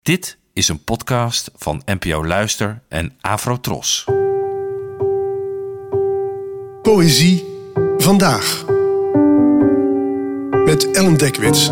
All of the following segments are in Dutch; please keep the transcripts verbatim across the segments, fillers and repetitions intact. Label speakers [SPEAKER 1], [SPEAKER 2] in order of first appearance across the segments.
[SPEAKER 1] Dit is een podcast van N P O Luister en Afrotros.
[SPEAKER 2] Poëzie vandaag. Met Ellen Dekwits.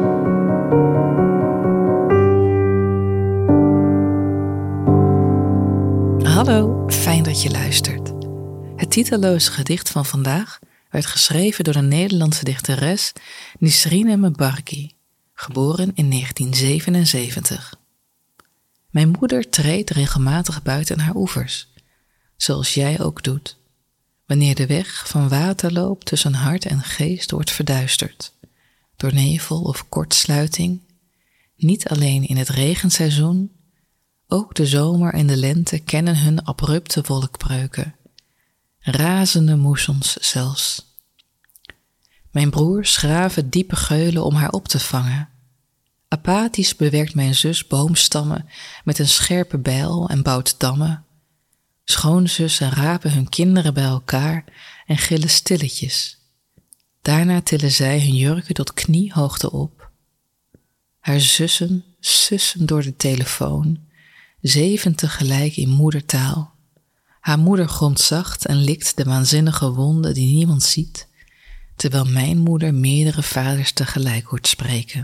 [SPEAKER 3] Hallo, fijn dat je luistert. Het titelloze gedicht van vandaag werd geschreven door de Nederlandse dichteres Nisrine Mebarki, geboren in negentien zevenenzeventig. Mijn moeder treedt regelmatig buiten haar oevers, zoals jij ook doet, wanneer de weg van waterloop tussen hart en geest wordt verduisterd, door nevel of kortsluiting, niet alleen in het regenseizoen, ook de zomer en de lente kennen hun abrupte wolkbreuken, razende moessons zelfs. Mijn broers graven diepe geulen om haar op te vangen. Apathisch bewerkt mijn zus boomstammen met een scherpe bijl en bouwt dammen. Schoonzussen rapen hun kinderen bij elkaar en gillen stilletjes. Daarna tillen zij hun jurken tot kniehoogte op. Haar zussen sussen door de telefoon, zeven tegelijk in moedertaal. Haar moeder gromt zacht en likt de waanzinnige wonden die niemand ziet, terwijl mijn moeder meerdere vaders tegelijk hoort spreken.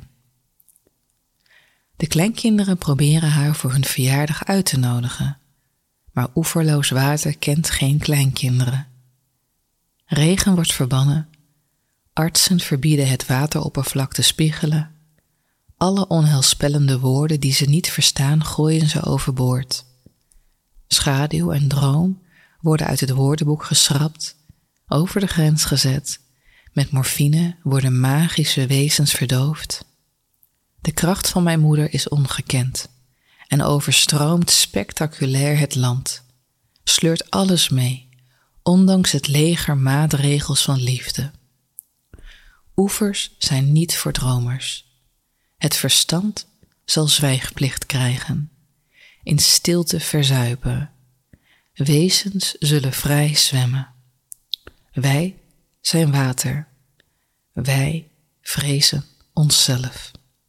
[SPEAKER 3] De kleinkinderen proberen haar voor hun verjaardag uit te nodigen, maar oeverloos water kent geen kleinkinderen. Regen wordt verbannen, artsen verbieden het wateroppervlak te spiegelen, alle onheilspellende woorden die ze niet verstaan gooien ze overboord. Schaduw en droom worden uit het woordenboek geschrapt, over de grens gezet, met morfine worden magische wezens verdoofd. De kracht van mijn moeder is ongekend en overstroomt spectaculair het land, sleurt alles mee, ondanks het leger maatregels van liefde. Oevers zijn niet voor dromers. Het verstand zal zwijgplicht krijgen, in stilte verzuipen. Wezens zullen vrij zwemmen. Wij zijn water. Wij vrezen onszelf.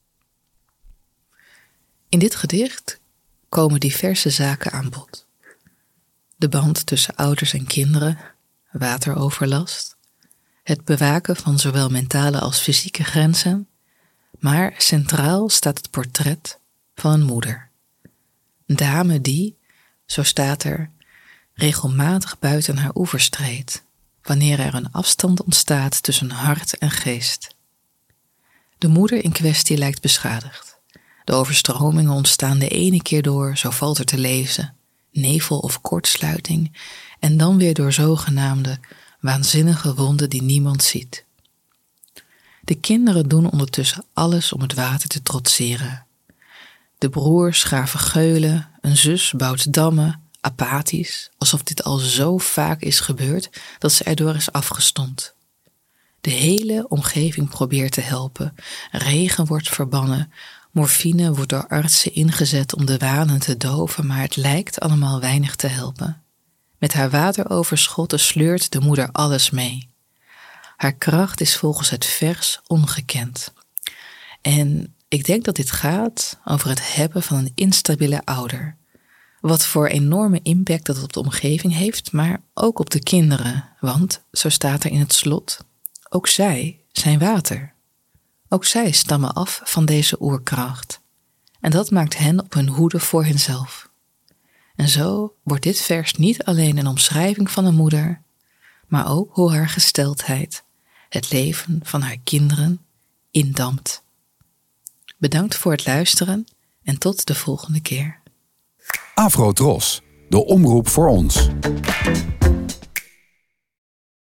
[SPEAKER 3] In dit gedicht komen diverse zaken aan bod. De band tussen ouders en kinderen, wateroverlast, het bewaken van zowel mentale als fysieke grenzen, maar centraal staat het portret van een moeder. Een dame die, zo staat er, regelmatig buiten haar oevers treedt, wanneer er een afstand ontstaat tussen hart en geest. De moeder in kwestie lijkt beschadigd. De overstromingen ontstaan de ene keer door, zo valt er te lezen, nevel of kortsluiting, en dan weer door zogenaamde waanzinnige wonden die niemand ziet. De kinderen doen ondertussen alles om het water te trotseren. De broers graven geulen, een zus bouwt dammen, apathisch, alsof dit al zo vaak is gebeurd dat ze erdoor is afgestompt. De hele omgeving probeert te helpen, regen wordt verbannen, morfine wordt door artsen ingezet om de wanen te doven, maar het lijkt allemaal weinig te helpen. Met haar wateroverschotten sleurt de moeder alles mee. Haar kracht is volgens het vers ongekend. En ik denk dat dit gaat over het hebben van een instabiele ouder. Wat voor enorme impact dat op de omgeving heeft, maar ook op de kinderen. Want, zo staat er in het slot, ook zij zijn water. Ook zij stammen af van deze oerkracht. En dat maakt hen op hun hoede voor henzelf. En zo wordt dit vers niet alleen een omschrijving van een moeder, maar ook hoe haar gesteldheid het leven van haar kinderen indampt. Bedankt voor het luisteren en tot de volgende keer.
[SPEAKER 4] Afrotros, de omroep voor ons.